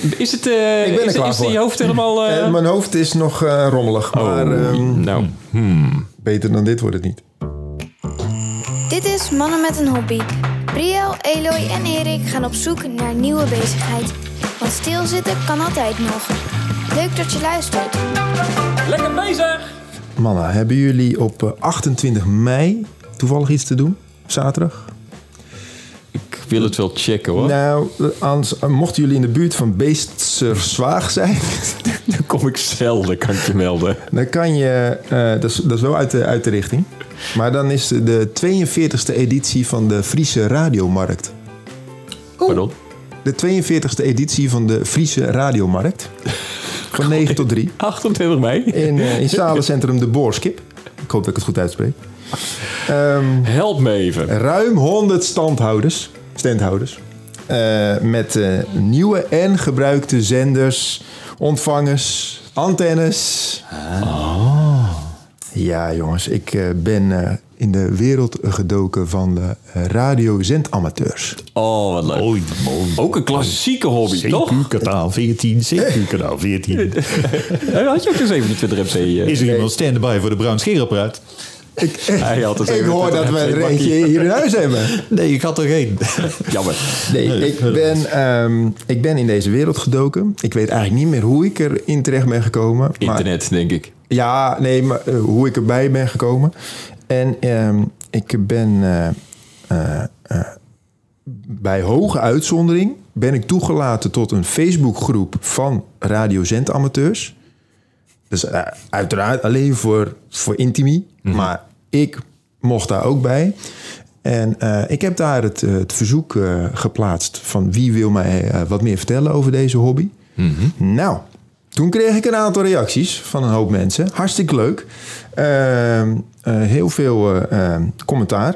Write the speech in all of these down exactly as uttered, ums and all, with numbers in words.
is het, uh, ik ben er is, klaar is voor. je hoofd helemaal... Uh... Uh, mijn hoofd is nog uh, rommelig, oh, maar um, nou, hmm. beter dan dit wordt het niet. Dit is Mannen met een Hobby. Brielle, Eloy en Erik gaan op zoek naar nieuwe bezigheid. Want stilzitten kan altijd nog. Leuk dat je luistert. Lekker bezig! Mannen, hebben jullie op achtentwintig mei toevallig iets te doen? Zaterdag? Ik wil het wel checken, hoor. Nou, anders, mochten jullie in de buurt van Beesterswaag zijn... Dan kom ik zelden, kan ik je melden. Dan kan je... Uh, dat, is, dat is wel uit de, uit de richting. Maar dan is de tweeënveertigste editie van de Friese Radiomarkt. Oh. Pardon? De tweeënveertigste editie van de Friese Radiomarkt. Van negen tot drie. achtentwintig mei. In, uh, in Zalencentrum De Boorskip. Ik hoop dat ik het goed uitspreek. Um, Help me even. Ruim honderd standhouders. Standhouders. Uh, met uh, nieuwe en gebruikte zenders, ontvangers, antennes. Oh. Ja, jongens. Ik uh, ben uh, in de wereld gedoken van de uh, radiozendamateurs. Oh, wat leuk. Mooi, mooi. Ook een klassieke hobby, C Q toch? kanaal veertien, C Q kanaal veertien. Had je ook een zevenentwintig M C? Uh, Is er nee. iemand stand-by voor de Bruin scheerapparaat? Ik, Hij had het ik hoor dat we er eentje hier in huis hebben. Nee, ik had er geen. Jammer. Nee, ik ben, um, ik ben in deze wereld gedoken. Ik weet eigenlijk niet meer hoe ik erin terecht ben gekomen. Internet, maar, denk ik. Ja, nee, maar uh, hoe ik erbij ben gekomen. En um, ik ben uh, uh, uh, bij hoge uitzondering ben ik toegelaten tot een Facebookgroep van radiozendamateurs. Dus uh, uiteraard alleen voor, voor intimie. Mm-hmm. Maar ik mocht daar ook bij. En uh, ik heb daar het, uh, het verzoek uh, geplaatst van wie wil mij uh, wat meer vertellen over deze hobby. Mm-hmm. Nou, toen kreeg ik een aantal reacties van een hoop mensen. Hartstikke leuk. Uh, uh, heel veel uh, uh, commentaar.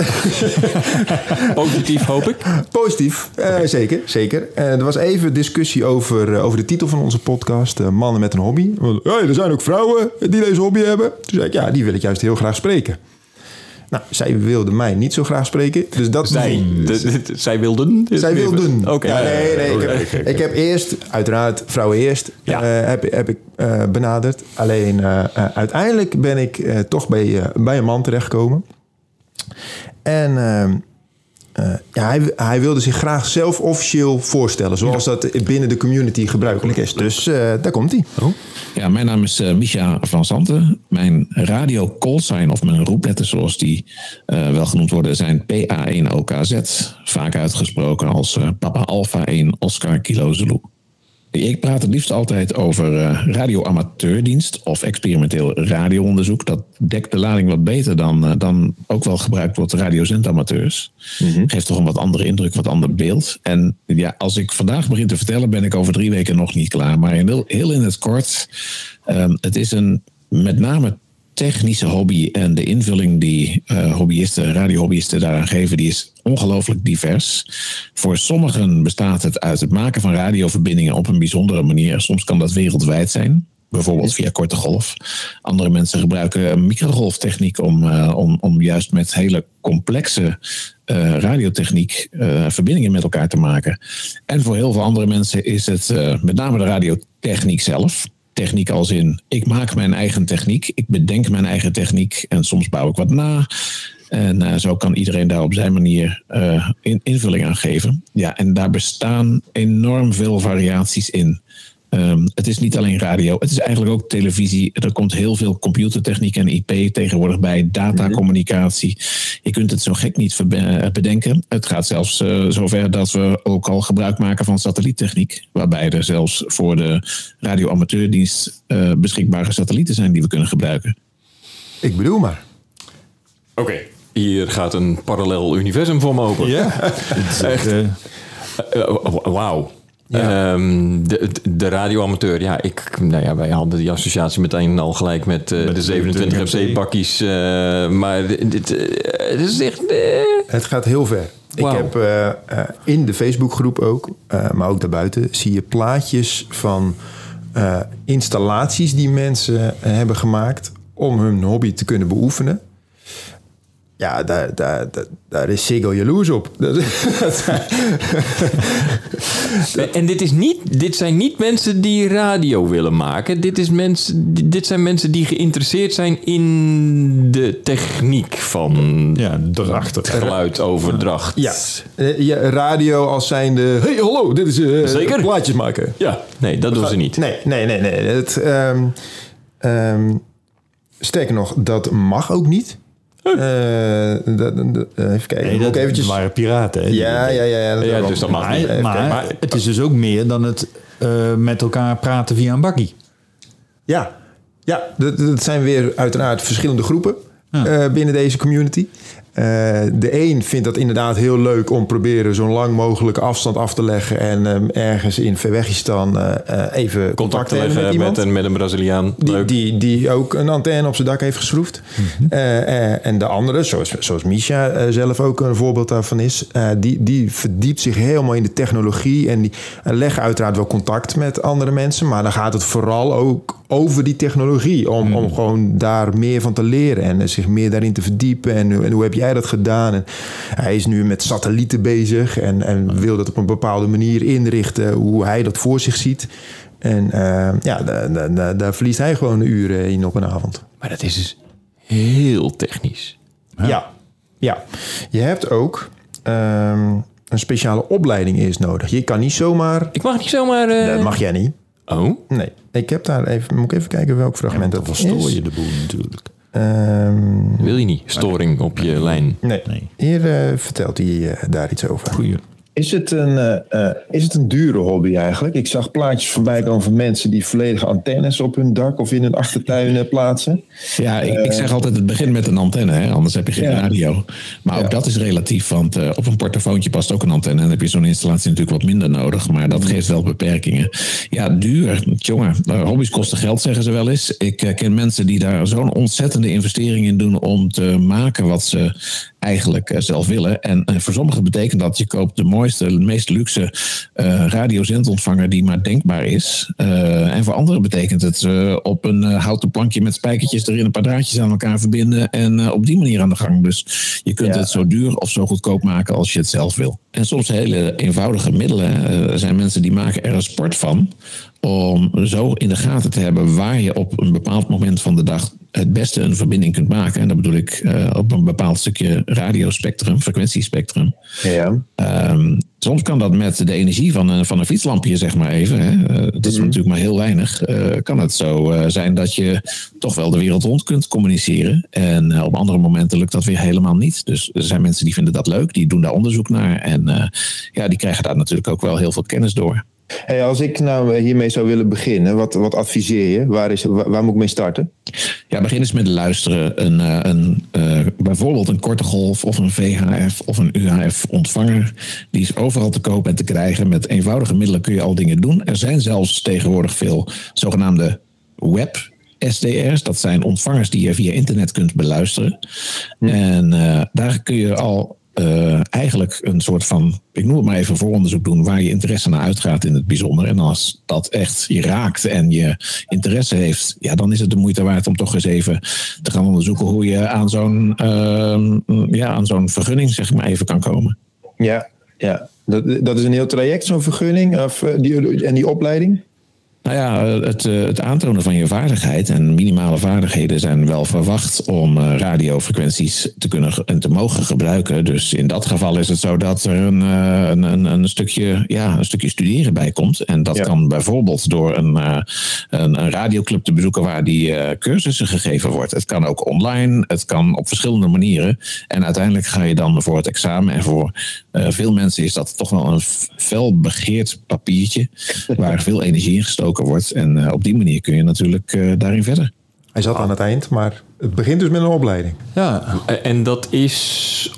Positief, hoop ik. Positief, uh, okay. zeker. zeker. Uh, er was even discussie over, uh, over de titel van onze podcast. Uh, Mannen met een hobby. Hey, er zijn ook vrouwen die deze hobby hebben. Toen zei ik, ja, die wil ik juist heel graag spreken. Nou, zij wilde mij niet zo graag spreken. Dus dat zij, de, de, de, zij wilden? Zij wilden. Oké. Okay. Ja, nee, nee. Ik heb, okay, okay. ik heb eerst, uiteraard, vrouwen eerst, ja. uh, heb, heb ik uh, benaderd. Alleen, uh, uh, uiteindelijk ben ik uh, toch bij, uh, bij een man terechtgekomen. En uh, uh, ja, hij, hij wilde zich graag zelf officieel voorstellen. Zoals ja. dat binnen de community gebruikelijk is. Dus uh, daar komt hij. Oh. Ja, mijn naam is uh, Micha van Zanten. Mijn radio callsign of mijn roepletters zoals die uh, wel genoemd worden zijn P A één O K Z. Vaak uitgesproken als uh, Papa Alpha één Oscar Kilo Zulu. Ik praat het liefst altijd over uh, radioamateurdienst of experimenteel radioonderzoek. Dat dekt de lading wat beter dan, uh, dan ook wel gebruikt wordt radiozendamateurs. Mm-hmm. Geeft toch een wat andere indruk, wat ander beeld. En ja, als ik vandaag begin te vertellen, ben ik over drie weken nog niet klaar. Maar heel, heel in het kort, um, het is een met name technische hobby en de invulling die uh, hobbyisten, radiohobbyisten daaraan geven, die is ongelooflijk divers. Voor sommigen bestaat het uit het maken van radioverbindingen op een bijzondere manier. Soms kan dat wereldwijd zijn, bijvoorbeeld via korte golf. Andere mensen gebruiken een microgolftechniek om, uh, om, om juist met hele complexe uh, radiotechniek uh, verbindingen met elkaar te maken. En voor heel veel andere mensen is het uh, met name de radiotechniek zelf. Techniek als in, ik maak mijn eigen techniek, ik bedenk mijn eigen techniek en soms bouw ik wat na. En uh, zo kan iedereen daar op zijn manier uh, in, invulling aan geven. Ja, en daar bestaan enorm veel variaties in. Um, het is niet alleen radio, het is eigenlijk ook televisie. Er komt heel veel computertechniek en I P tegenwoordig bij, datacommunicatie. Je kunt het zo gek niet bedenken. Het gaat zelfs uh, zover dat we ook al gebruik maken van satelliettechniek. Waarbij er zelfs voor de radioamateurdienst uh, beschikbare satellieten zijn die we kunnen gebruiken. Ik bedoel maar. Oké, okay. Hier gaat een parallel universum voor me open. Ja, echt. Uh, uh, Wauw. Ja. Um, de, de radioamateur, ja, ik, nou ja, wij hadden die associatie meteen al gelijk met, uh, met de zevenentwintig M C-bakkies. Uh, maar dit, dit uh, is echt... Uh... Het gaat heel ver. Wow. Ik heb uh, uh, in de Facebookgroep ook, uh, maar ook daarbuiten, zie je plaatjes van uh, installaties die mensen uh, hebben gemaakt om hun hobby te kunnen beoefenen. Ja, daar, daar, daar, daar is Ziggo jaloers op. En dit, is niet, dit zijn niet mensen die radio willen maken. Dit, is mensen, dit zijn mensen die geïnteresseerd zijn in de techniek van Ja, erachter. geluidoverdracht. Ja, eh, ja, radio als zijnde... Hey, hallo, dit is uh, Zeker. plaatjes maken. Ja, nee, dat doen ze niet. Nee, nee, nee. nee. Het, um, um, sterker nog, dat mag ook niet. Uh, dat, dat, even kijken. Nee, Ook dat eventjes... waren piraten. Hè, Ja, ja, ja. ja, dat Ja, wel. dus dat mag Maar, niet. maar, Maar- het is dus ook meer dan het uh, met elkaar praten via een bakkie. Ja, ja dat, dat zijn weer uiteraard verschillende groepen Ja. uh, binnen deze community. Uh, de een vindt dat inderdaad heel leuk om proberen zo'n lang mogelijke afstand af te leggen en um, ergens in Verwegistan uh, uh, even Contact te hebben leggen met iemand. met een, met een Braziliaan. Die, Leuk. die, die ook een antenne op zijn dak heeft geschroefd. Mm-hmm. Uh, uh, en de andere, zoals, zoals Misha uh, zelf ook een voorbeeld daarvan is... Uh, die, die verdiept zich helemaal in de technologie... en die uh, leggen uiteraard wel contact met andere mensen... maar dan gaat het vooral ook over die technologie... om, mm. om gewoon daar meer van te leren... en uh, zich meer daarin te verdiepen. En, en hoe heb jij dat gedaan? En hij is nu met satellieten bezig... en, en wil dat op een bepaalde manier inrichten... hoe hij dat voor zich ziet... En uh, ja, daar, daar, daar verliest hij gewoon een uur in op een avond. Maar dat is dus heel technisch. Ja, ja. ja. Je hebt ook um, een speciale opleiding eerst nodig. Je kan niet zomaar... Ik mag niet zomaar... Uh... Dat mag jij niet. Oh? Nee. Ik heb daar even... Moet ik even kijken welk fragment Ja, dat is. Dan verstoor je de boel natuurlijk. Um, Wil je niet. Storing op je lijn. Nee. Nee. Hier uh, vertelt hij uh, daar iets over. Goeie. Is het, een, uh, uh, is het een dure hobby eigenlijk? Ik zag plaatjes voorbij komen van mensen die volledige antennes op hun dak of in hun achtertuin uh, plaatsen. Ja, ik, ik zeg altijd het begint met een antenne, hè? Anders heb je geen Ja. radio. Maar ook Ja. dat is relatief, want uh, op een portofoontje past ook een antenne. En dan heb je zo'n installatie natuurlijk wat minder nodig, maar dat geeft wel beperkingen. Ja, duur. Jongen, uh, hobby's kosten geld, zeggen ze wel eens. Ik uh, ken mensen die daar zo'n ontzettende investering in doen om te maken wat ze eigenlijk uh, zelf willen. En uh, voor sommigen betekent dat je koopt de mooiste, de meest luxe uh, radiozendontvanger die maar denkbaar is. Uh, en voor anderen betekent het uh, op een uh, houten plankje met spijkertjes erin een paar draadjes aan elkaar verbinden en uh, op die manier aan de gang. Dus je kunt Ja. het zo duur of zo goedkoop maken als je het zelf wil. En soms hele eenvoudige middelen. Uh, er zijn mensen die maken er een sport van om zo in de gaten te hebben waar je op een bepaald moment van de dag het beste een verbinding kunt maken. En dat bedoel ik uh, op een bepaald stukje radiospectrum, frequentiespectrum. Ja. Um, soms kan dat met de energie van een, van een fietslampje, zeg maar even. Hè. Uh, dat is mm-hmm. natuurlijk maar heel weinig. Uh, kan het zo uh, zijn dat je toch wel de wereld rond kunt communiceren. En uh, op andere momenten lukt dat weer helemaal niet. Dus er zijn mensen die vinden dat leuk. Die doen daar onderzoek naar. En uh, ja, die krijgen daar natuurlijk ook wel heel veel kennis door. Hey, als ik nou hiermee zou willen beginnen, wat, wat adviseer je? Waar, is, waar, waar moet ik mee starten? Ja, begin eens met luisteren. Een, een, uh, bijvoorbeeld een korte golf of een V H F of een U H F ontvanger. Die is overal te koop en te krijgen. Met eenvoudige middelen kun je al dingen doen. Er zijn zelfs tegenwoordig veel zogenaamde web S D R's. Dat zijn ontvangers die je via internet kunt beluisteren. Hm. En uh, daar kun je al Uh, eigenlijk een soort van, ik noem het maar even, vooronderzoek doen waar je interesse naar uitgaat in het bijzonder. En als dat echt je raakt en je interesse heeft, ja, dan is het de moeite waard om toch eens even te gaan onderzoeken hoe je aan zo'n, uh, ja, aan zo'n vergunning, zeg maar even, kan komen. Ja, ja. Dat, dat is een heel traject, zo'n vergunning of, uh, die, en die opleiding? Nou ja, het, het aantonen van je vaardigheid en minimale vaardigheden zijn wel verwacht om radiofrequenties te kunnen en te mogen gebruiken. Dus in dat geval is het zo dat er een, een, een, stukje, ja, een stukje studeren bij komt. En dat ja. kan bijvoorbeeld door een, een, een radioclub te bezoeken waar die cursussen gegeven wordt. Het kan ook online, het kan op verschillende manieren. En uiteindelijk ga je dan voor het examen. En voor uh, veel mensen is dat toch wel een fel begeerd papiertje waar veel energie in gestoken wordt. En uh, op die manier kun je natuurlijk uh, daarin verder. Hij zat aan het eind, maar het begint dus met een opleiding. Ja, en dat is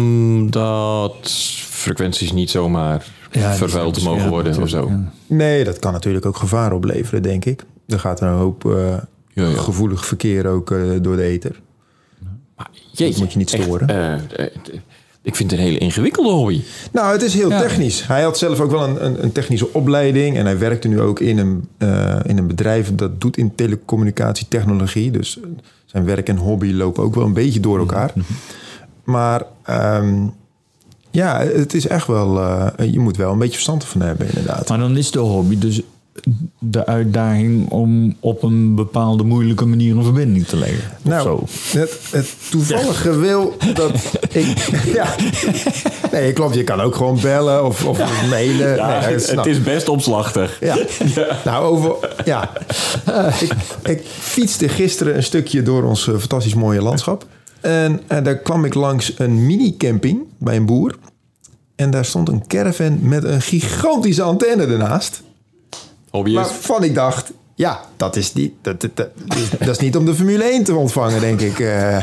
omdat frequenties niet zomaar ja, vervuild dus, mogen ja, worden of zo. Ja. Nee, dat kan natuurlijk ook gevaar opleveren, denk ik. Er gaat een hoop uh, ja, ja. gevoelig verkeer ook uh, door de ether. Maar, jeetje, dat moet je niet storen. Echt, uh, uh, Ik vind het een hele ingewikkelde hobby. Nou, het is heel ja. technisch. Hij had zelf ook wel een, een, een technische opleiding. En hij werkte nu ook in een, uh, in een bedrijf dat doet in telecommunicatietechnologie. Dus zijn werk en hobby lopen ook wel een beetje door elkaar. Maar um, ja, het is echt wel... Uh, je moet wel een beetje verstand ervan hebben, inderdaad. Maar dan is de hobby dus de uitdaging om op een bepaalde moeilijke manier een verbinding te leggen. Nou, zo. Het, het toevallige ja. wil dat ik... Ja. Nee, klopt. Je kan ook gewoon bellen of, of ja. mailen. Ja, nee, het, het is best omslachtig. Ja. ja. Nou, over... Ja. ik, ik fietste gisteren een stukje door ons uh, fantastisch mooie landschap. En, en daar kwam ik langs een mini-camping bij een boer. En daar stond een caravan met een gigantische antenne ernaast. Hobbyist. Waarvan ik dacht, ja, dat is, niet, dat, dat, dat, dat is niet om de Formule één te ontvangen, denk ik. Uh,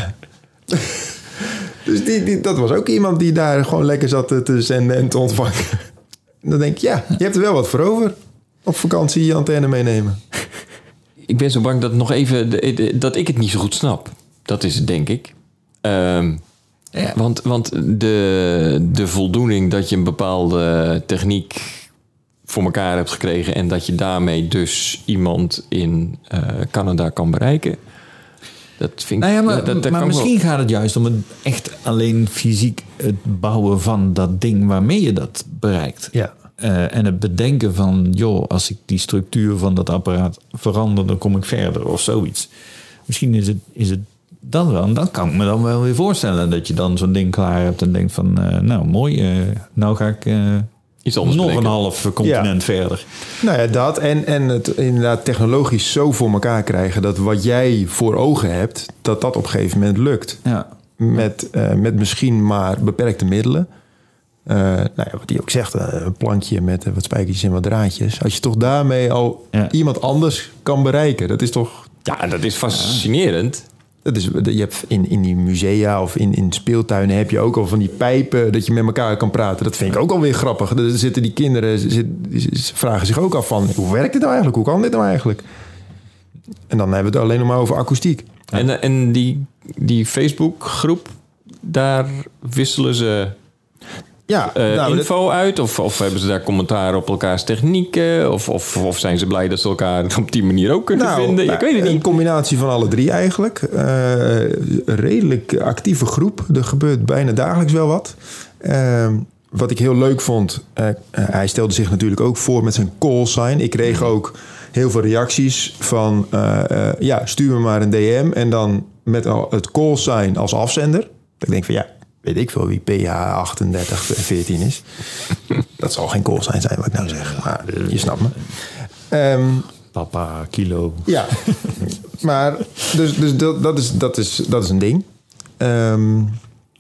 dus die, die, dat was ook iemand die daar gewoon lekker zat te zenden en te ontvangen. En dan denk ik, ja, je hebt er wel wat voor over. Op vakantie je antenne meenemen. Ik ben zo bang dat nog even dat ik het niet zo goed snap. Dat is het, denk ik. Um, ja. Want, want de, de voldoening dat je een bepaalde techniek voor elkaar hebt gekregen en dat je daarmee dus iemand in uh, Canada kan bereiken. Dat vind ik... Nou ja, maar, dat, dat maar kan misschien wel. gaat het juist om het echt alleen fysiek het bouwen van dat ding waarmee je dat bereikt. Ja. Uh, en het bedenken van, joh, als ik die structuur van dat apparaat verander, dan kom ik verder of zoiets. Misschien is het, is het dat wel. En dat kan ik me dan wel weer voorstellen. Dat je dan zo'n ding klaar hebt en denkt van, uh, nou mooi, uh, nou ga ik uh, iets anders nog bedenken. een half continent ja. verder. Nou ja, dat en, en het inderdaad technologisch zo voor elkaar krijgen dat wat jij voor ogen hebt, dat dat op een gegeven moment lukt. Ja. Met, uh, met misschien maar beperkte middelen. Uh, nou ja, wat hij ook zegt, uh, een plankje met uh, wat spijkertjes en wat draadjes. Als je toch daarmee al ja. iemand anders kan bereiken, dat is toch... Ja, dat is fascinerend. Dat is, je hebt in, in die musea of in, in speeltuinen heb je ook al van die pijpen dat je met elkaar kan praten. Dat vind ik ook alweer grappig. Er zitten die kinderen, ze, ze vragen zich ook af van, hoe werkt dit nou eigenlijk? Hoe kan dit nou eigenlijk? En dan hebben we het alleen nog maar over akoestiek. En, en die, die Facebook-groep, daar wisselen ze... Ja, uh, nou, info dat... uit? Of, of hebben ze daar commentaar op elkaars technieken? Of, of, of zijn ze blij dat ze elkaar op die manier ook kunnen nou, vinden? Ik weet het niet. Een combinatie van alle drie eigenlijk. Uh, redelijk actieve groep. Er gebeurt bijna dagelijks wel wat. Uh, wat ik heel leuk vond... Uh, uh, hij stelde zich natuurlijk ook voor met zijn call sign. Ik kreeg ook heel veel reacties van... Uh, uh, ja, stuur me maar een D M. En dan met al het call sign als afzender. Dat ik denk van ja... weet ik veel wie P H achtendertig veertien is. Dat zal geen call sign zijn wat ik nou zeg. Maar je snapt me. Um, Papa, kilo. Ja, maar dus, dus dat, dat, is, dat, is, dat is een ding. Um,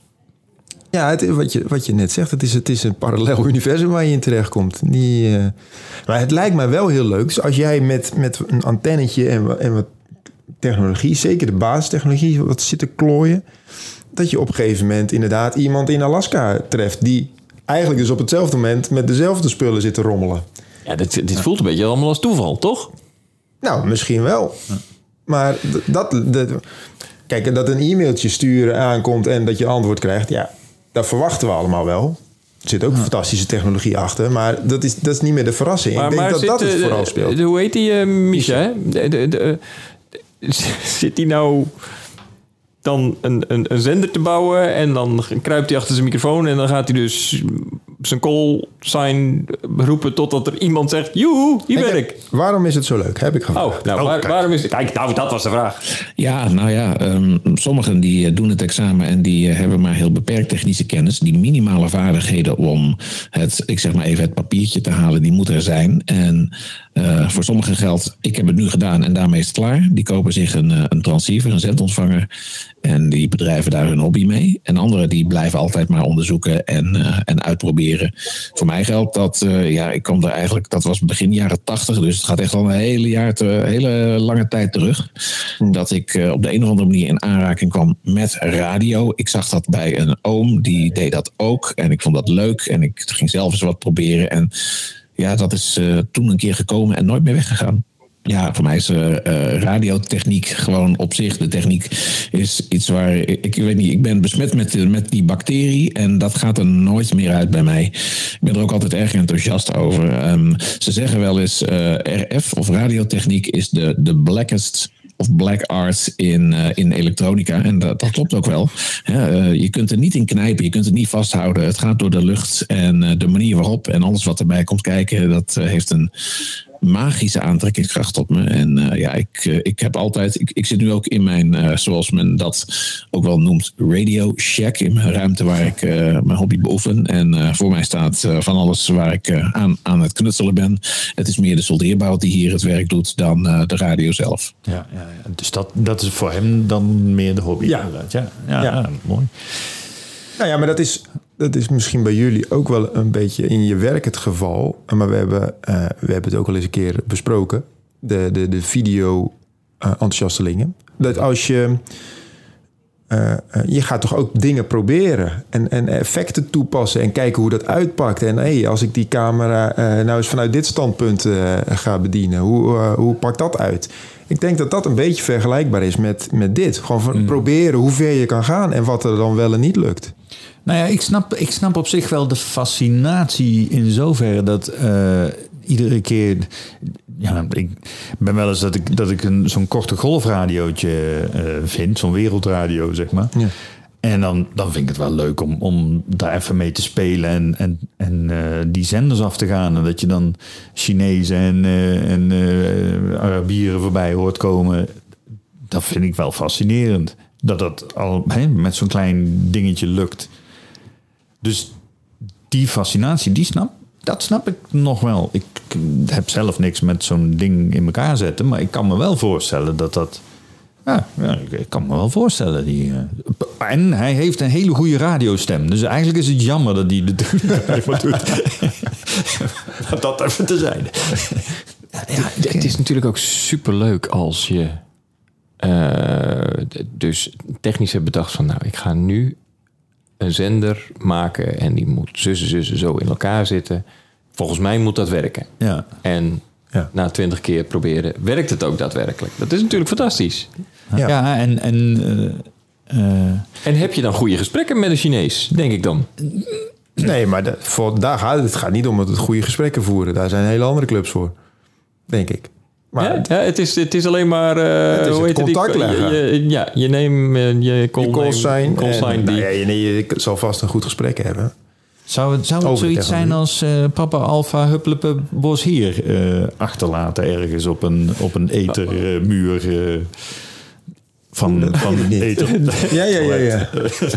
ja, het, wat, je, wat je net zegt, het is, het is een parallel universum waar je in terechtkomt. Die, uh, maar het lijkt mij wel heel leuk. Dus als jij met, met een antennetje en, en wat technologie, zeker de basistechnologie, wat zit te klooien, dat je op een gegeven moment inderdaad iemand in Alaska treft die eigenlijk dus op hetzelfde moment met dezelfde spullen zit te rommelen. Ja, dit, dit voelt een beetje allemaal als toeval, toch? Nou, misschien wel. Ja. Maar dat, dat... Kijk, dat een e-mailtje sturen aankomt en dat je antwoord krijgt, ja, dat verwachten we allemaal wel. Er zit ook ja. fantastische technologie achter, maar dat is, dat is niet meer de verrassing. Maar, Ik denk maar dat zit, dat het vooral speelt. De, hoe heet die, uh, Misha? De, de, de, de, zit die nou dan een, een, een zender te bouwen en dan kruipt hij achter zijn microfoon en dan gaat hij dus zijn call sign roepen totdat er iemand zegt, joehoe, hier ben ik. Waarom is het zo leuk? Heb ik gevraagd. Oh, nou, oh, waar, waarom is het? Kijk, nou, dat was de vraag. Ja, nou ja, um, sommigen die doen het examen en die hebben maar heel beperkt technische kennis. Die minimale vaardigheden om het, ik zeg maar even het papiertje te halen, die moeten er zijn. En uh, voor sommigen geldt, ik heb het nu gedaan en daarmee is het klaar. Die kopen zich een, een transceiver, een zendontvanger. En die bedrijven daar hun hobby mee. En anderen die blijven altijd maar onderzoeken en, uh, en uitproberen. Voor mij geldt dat, uh, ja, ik kom er eigenlijk, dat was begin jaren tachtig. Dus het gaat echt al een hele, jaar te, hele lange tijd terug. Dat ik uh, op de een of andere manier in aanraking kwam met radio. Ik zag dat bij een oom, die deed dat ook. En ik vond dat leuk. En ik ging zelf eens wat proberen. En ja, dat is uh, toen een keer gekomen en nooit meer weggegaan. Ja, voor mij is uh, radiotechniek gewoon op zich. De techniek is iets waar, ik, ik weet niet, ik ben besmet met, met die bacterie en dat gaat er nooit meer uit bij mij. Ik ben er ook altijd erg enthousiast over. Um, ze zeggen wel eens, uh, R F of radiotechniek is de, de blackest of black art in, uh, in elektronica. En dat, dat klopt ook wel. Ja, uh, je kunt er niet in knijpen, je kunt het niet vasthouden. Het gaat door de lucht en uh, de manier waarop en alles wat erbij komt kijken, dat uh, heeft een magische aantrekkingskracht op me. En uh, ja, ik, uh, ik heb altijd... Ik, ik zit nu ook in mijn, uh, zoals men dat ook wel noemt, Radio Shack. In mijn ruimte waar ik uh, mijn hobby beoefen. En uh, voor mij staat uh, van alles waar ik uh, aan, aan het knutselen ben. Het is meer de soldeerbout die hier het werk doet dan uh, de radio zelf. Ja, ja, ja. Dus dat, dat is voor hem dan meer de hobby. Ja. Ja, ja, Ja. ja, mooi. Nou ja, maar dat is, dat is misschien bij jullie ook wel een beetje in je werk het geval. Maar we hebben, uh, we hebben het ook al eens een keer besproken. De, de, de video-enthousiastelingen. dat als je... Uh, uh, je gaat toch ook dingen proberen. En, en effecten toepassen. En kijken hoe dat uitpakt. En hey, als ik die camera uh, nou eens vanuit dit standpunt uh, ga bedienen. Hoe, uh, hoe pakt dat uit? Ik denk dat dat een beetje vergelijkbaar is met, met dit. Gewoon van mm. proberen hoe ver je kan gaan. En wat er dan wel en niet lukt. Nou ja, ik snap, ik snap op zich wel de fascinatie in zoverre dat uh, iedere keer... Ja, ik ben wel eens dat ik, dat ik een, zo'n korte golfradiootje uh, vind. Zo'n wereldradio, zeg maar. Ja. En dan, dan vind ik het wel leuk om, om daar even mee te spelen en, en, en uh, die zenders af te gaan. En dat je dan Chinezen en, uh, en uh, Arabieren voorbij hoort komen. Dat vind ik wel fascinerend. Dat dat al hè, met zo'n klein dingetje lukt. Dus die fascinatie, die snap, dat snap ik nog wel. Ik heb zelf niks met zo'n ding in elkaar zetten. Maar ik kan me wel voorstellen dat dat... Ja, ja ik kan me wel voorstellen. Die, uh, en hij heeft een hele goede radiostem. Dus eigenlijk is het jammer dat hij de doet. Dat even te zijn. Ja, ja, het is natuurlijk ook superleuk als je uh, dus technisch hebt bedacht van... nou, ik ga nu een zender maken en die moet zussen, zussen zo in elkaar zitten. Volgens mij moet dat werken. Ja. En ja. na twintig keer proberen werkt het ook daadwerkelijk. Dat is natuurlijk fantastisch. Ja, ja en... en uh, uh, en heb je dan goede gesprekken met een Chinees, denk ik dan? Nee, maar de, voor, daar gaat het, het gaat niet om het goede gesprekken voeren. Daar zijn hele andere clubs voor, denk ik. Maar ja, ja, het, is, het is alleen maar... Uh, het is hoe het heet contact het? leggen. Je, je, ja, je neemt je call, je call sign. Call sign en, die... nou ja, je, nee, je zal vast een goed gesprek hebben. Zou het, zou het zoiets zijn als uh, papa Alfa Hupplepe Bos hier uh, achterlaten ergens op een, op een ethermuur uh, uh, van, van ether? Ja, ja, ja. ja.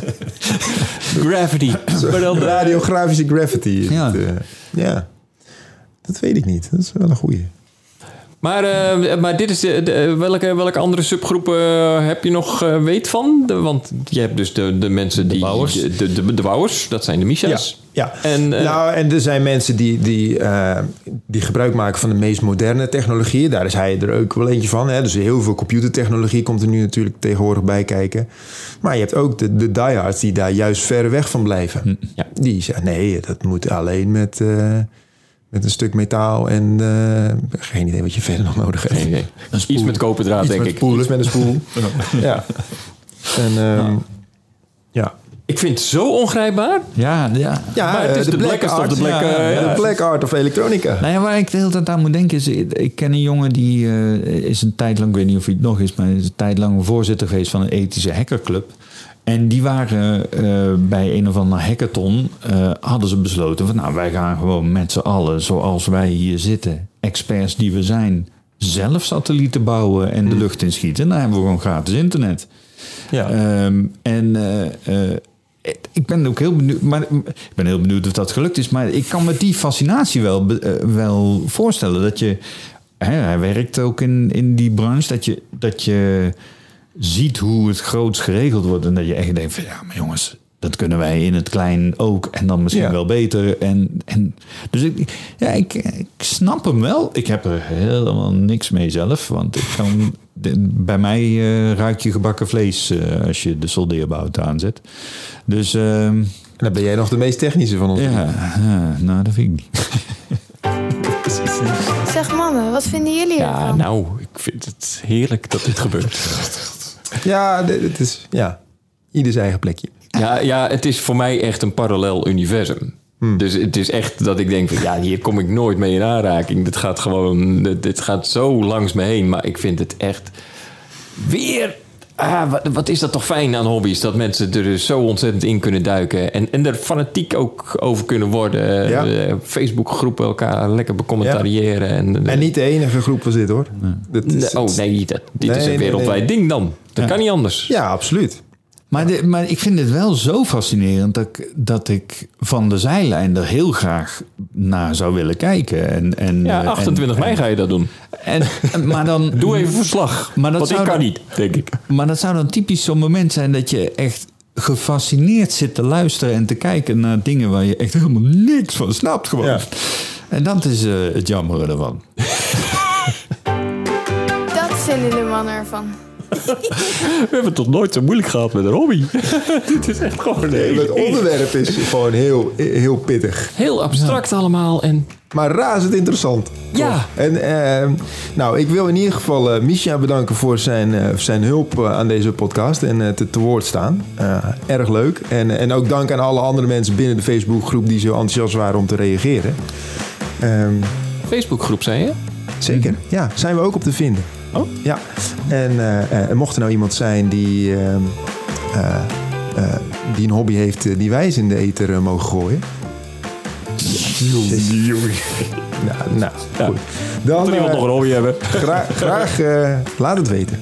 Gravity. Radiografische gravity. Ja. Het, uh, ja, dat weet ik niet. Dat is wel een goeie. Maar, uh, maar dit is de, de, welke, welke andere subgroepen uh, heb je nog uh, weet van? De, want je hebt dus de, de mensen die... De bouwers. De, de, de, de bouwers, dat zijn de Misha's. Ja, ja. En, uh, nou, en er zijn mensen die, die, uh, die gebruik maken van de meest moderne technologieën. Daar is hij er ook wel eentje van. Hè? Dus heel veel computertechnologie komt er nu natuurlijk tegenwoordig bij kijken. Maar je hebt ook de, de diehards die daar juist ver weg van blijven. Ja. Die zeggen, nee, dat moet alleen met... Uh, Met een stuk metaal en uh, geen idee wat je verder nog nodig hebt. Geen idee. Iets met koperdraad, denk met ik. Spoel, iets met een spoel. Ja. En um, ja. ja. Ik vind het zo ongrijpbaar. Ja, ja. ja maar het is de, de black, blackest art, of the black... Ja, uh, ja. de black art of elektronica. Nou ja, waar ik de hele tijd aan moet denken is... Ik ken een jongen die uh, is een tijd lang... Ik weet niet of hij het nog is... maar is een tijd lang voorzitter geweest van een ethische hackerclub. En die waren uh, bij een of andere hackathon... Uh, hadden ze besloten van... nou, wij gaan gewoon met z'n allen, zoals wij hier zitten... experts die we zijn... zelf satellieten bouwen en de lucht inschieten. Dan hebben we gewoon gratis internet. Ja. Um, en... Uh, uh, ik ben ook heel benieuwd, maar ik ben heel benieuwd of dat gelukt is. Maar ik kan me die fascinatie wel, uh, wel voorstellen. Dat je, hè, hij werkt ook in, in die branche. Dat je, dat je ziet hoe het groots geregeld wordt. En dat je echt denkt van ja, maar jongens, dat kunnen wij in het klein ook. En dan misschien ja. wel beter. En, en, dus ik, ja, ik, ik snap hem wel. Ik heb er helemaal niks mee zelf. Want ik kan... De, bij mij uh, ruik je gebakken vlees uh, als je de soldeerbout aanzet. Dus... Uh, en dan ben jij nog de meest technische van ons. Ja, ja nou dat vind ik niet. Zeg mannen, wat vinden jullie ja, ervan? Nou, ik vind het heerlijk dat dit gebeurt. Ja, het is... Ja, ieder zijn eigen plekje. Ja, ja, het is voor mij echt een parallel universum. Hmm. Dus het is echt dat ik denk van ja, hier kom ik nooit mee in aanraking. Dit gaat gewoon, dit gaat zo langs me heen. Maar ik vind het echt Weer... Ah, wat, wat is dat toch fijn aan hobby's? Dat mensen er dus zo ontzettend in kunnen duiken. En, en er fanatiek ook over kunnen worden. Ja. Uh, Facebookgroepen elkaar lekker becommentariëren. Ja. En, En niet de enige groep was dit, hoor. Nee. Dat is, oh nee, dat, dit Nee, is een nee, wereldwijd nee. ding dan. Dat Ja. kan niet anders. Ja, absoluut. Maar, de, maar ik vind het wel zo fascinerend dat ik, dat ik van de zijlijn er heel graag naar zou willen kijken. En, en, Ja, eh, achtentwintig en, mei ga je dat doen. En, en- maar dan, Doe even verslag. Maar dat want ik zou kan dan- niet, denk ik. Maar dat zou dan typisch zo'n moment zijn dat je echt gefascineerd zit te luisteren en te kijken naar dingen waar je echt helemaal niks van snapt gewoon. Ja. En dat is uh, het jammere ervan. Dat vinden de mannen ervan. We hebben toch nooit zo moeilijk gehad met een hobby. Dit is echt gewoon... Nee, het onderwerp is gewoon heel, heel pittig. Heel abstract allemaal. En Maar razend interessant. Ja. Toch? En eh, nou, ik wil in ieder geval uh, Misha bedanken voor zijn, uh, zijn hulp uh, aan deze podcast en uh, te, te woord staan. Uh, erg leuk. En, en ook dank aan alle andere mensen binnen de Facebookgroep die zo enthousiast waren om te reageren. Um, Facebookgroep, zei je? Zeker. Ja, zijn we ook op te vinden. Oh. Ja. En uh, uh, mocht er nou iemand zijn die, uh, uh, uh, die een hobby heeft uh, die wij eens in de ether uh, mogen gooien. Nou, nou Ja. goed. Dan Moet er iemand uh, nog een hobby hebben? graag, graag uh, laat het weten.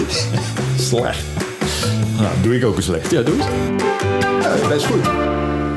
Slecht. Nou, doe ik ook eens slecht. Ja, doe eens. Uh, dat is goed.